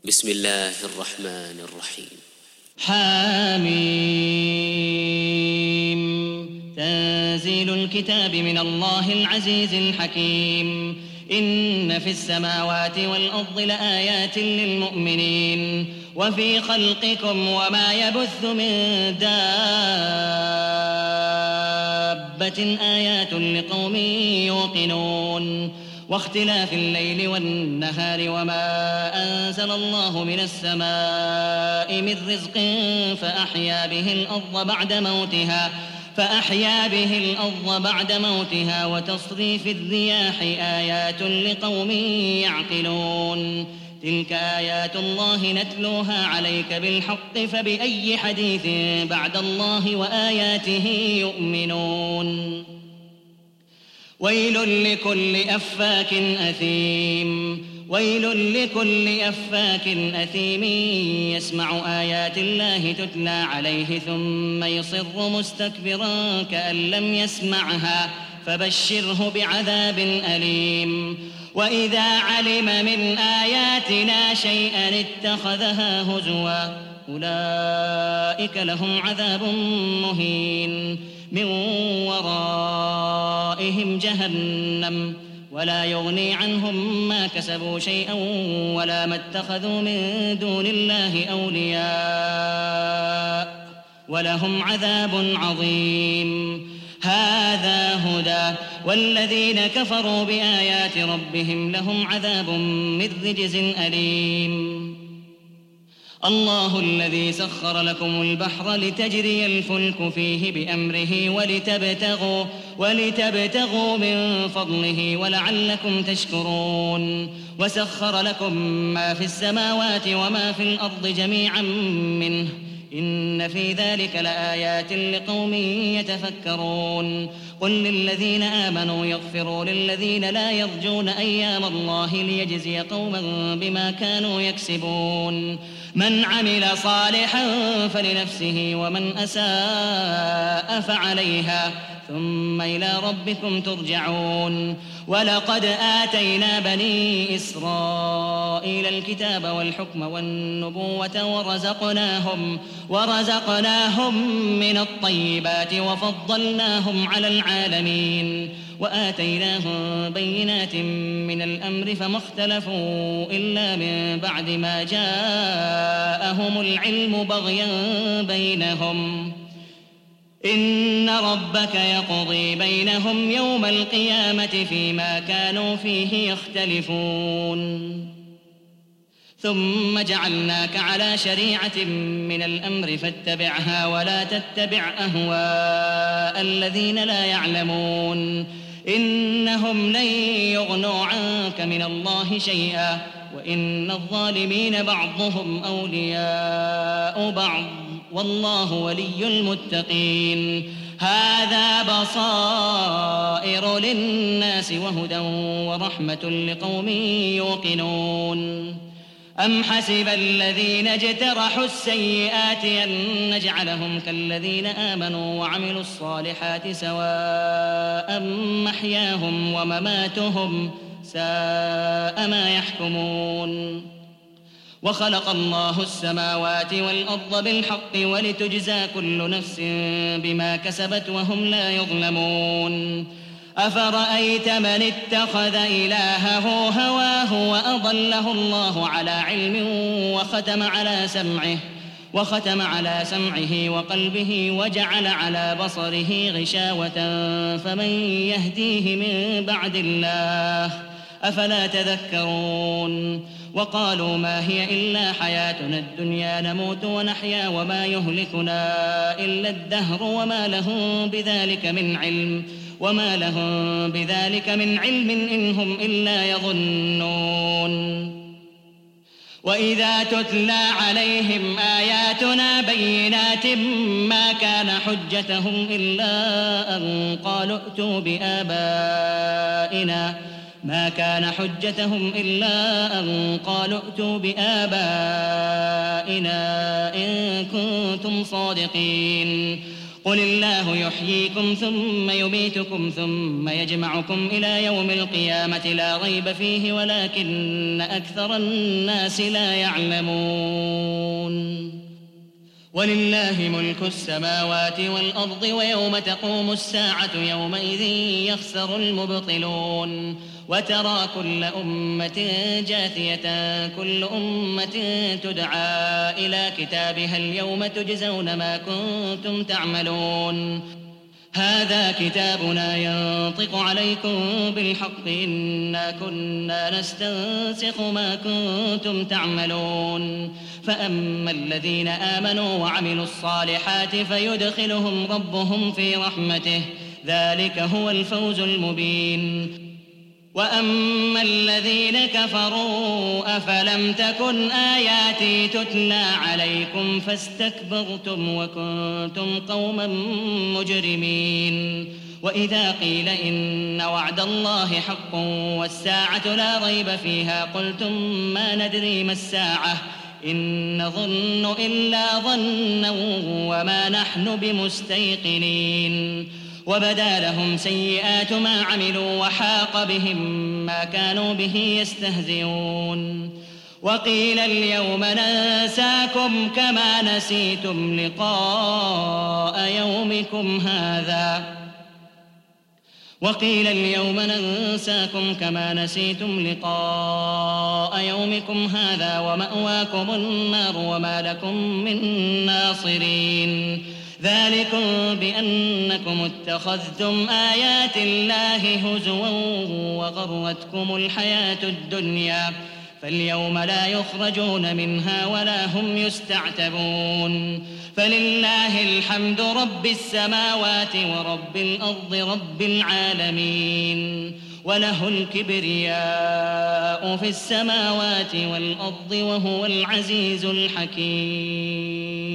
بسم الله الرحمن الرحيم. حاميم. تنزيل الكتاب من الله العزيز الحكيم. إن في السماوات والأرض لآيات للمؤمنين وفي خلقكم وما يبث من دابة آيات لقوم يوقنون. واختلاف الليل والنهار وما أنزل الله من السماء من رزق فأحيا به الأرض بعد موتها وتصريف الرياح آيات لقوم يعقلون. تلك آيات الله نتلوها عليك بالحق فبأي حديث بعد الله وآياته يؤمنون. ويل لكل أفاك أثيم يسمع آيات الله تتلى عليه ثم يصر مستكبرا كأن لم يسمعها فبشره بعذاب أليم. وإذا علم من آياتنا شيئا اتخذها هزوا أولئك لهم عذاب مهين من ورائهم جهنم ولا يغني عنهم ما كسبوا شيئا ولا ما اتخذوا من دون الله أولياء ولهم عذاب عظيم. هذا هدى والذين كفروا بآيات ربهم لهم عذاب من رجز أليم. الله الذي سخر لكم البحر لتجري الفلك فيه بأمره ولتبتغوا من فضله ولعلكم تشكرون. وسخر لكم ما في السماوات وما في الأرض جميعا منه إن في ذلك لآيات لقوم يتفكرون. قل للذين آمنوا يغفروا للذين لا يرجون أيام الله ليجزي قوما بما كانوا يكسبون. من عمل صالحا فلنفسه ومن أساء فعليها ثم إلى ربكم ترجعون. ولقد آتينا بني إسرائيل الكتاب والحكم والنبوة ورزقناهم من الطيبات وفضلناهم على العالمين وآتيناهم بينات من الأمر فما اختلفوا إلا من بعد ما جاءهم العلم بغيا بينهم. إن ربك يقضي بينهم يوم القيامة فيما كانوا فيه يختلفون. ثم جعلناك على شريعة من الأمر فاتبعها ولا تتبع أهواء الذين لا يعلمون. إنهم لن يغنوا عنك من الله شيئا وإن الظالمين بعضهم أولياء بعض والله ولي المتقين. هذا بصائر للناس وهدى ورحمة لقوم يوقنون. أم حسب الذين اجترحوا السيئات أن نجعلهم كالذين آمنوا وعملوا الصالحات سواء محياهم ومماتهم ساء ما يحكمون. وخلق الله السماوات والأرض بالحق ولتجزى كل نفس بما كسبت وهم لا يظلمون. أفرأيت من اتخذ إلهه هواه وأضله الله على علم وختم على سمعه وقلبه وجعل على بصره غشاوة فمن يهديه من بعد الله أفلا تذكرون. وقالوا ما هي إلا حياتنا الدنيا نموت ونحيا وما يهلكنا إلا الدهر وما لهم بذلك من علم إن هم إلا يظنون. وإذا تتلى عليهم آياتنا بينات ما كان حجتهم إلا أن قالوا ائتوا بآبائنا إن كنتم صادقين. قل الله يحييكم ثم يميتكم ثم يجمعكم إلى يوم القيامة لا ريب فيه ولكن أكثر الناس لا يعلمون ولله ملك السماوات والأرض ويوم تقوم الساعة يومئذ يخسر المبطلون وترى كل أمة جاثية كل أمة تدعى إلى كتابها اليوم تجزون ما كنتم تعملون هذا كتابنا ينطق عليكم بالحق إنا كنا نستنسخ ما كنتم تعملون فأما الذين آمنوا وعملوا الصالحات فيدخلهم ربهم في رحمته ذلك هو الفوز المبين وأما الذين كفروا أفلم تكن آياتي تتلى عليكم فاستكبرتم وكنتم قوما مجرمين وإذا قيل إن وعد الله حق والساعة لا ريب فيها قلتم ما ندري ما الساعة إن نظن إلا ظنا وما نحن بمستيقنين وبدا لهم سيئات ما عملوا وحاق بهم ما كانوا به يستهزئون وقيل اليوم ننساكم كما نسيتم لقاء يومكم هذا ومأواكم النار وما لكم من ناصرين ذلكم بأنكم اتخذتم آيات الله هزوا وغرتكم الحياة الدنيا فاليوم لا يخرجون منها ولا هم يستعتبون فلله الحمد رب السماوات ورب الأرض رب العالمين وله الكبرياء في السماوات والأرض وهو العزيز الحكيم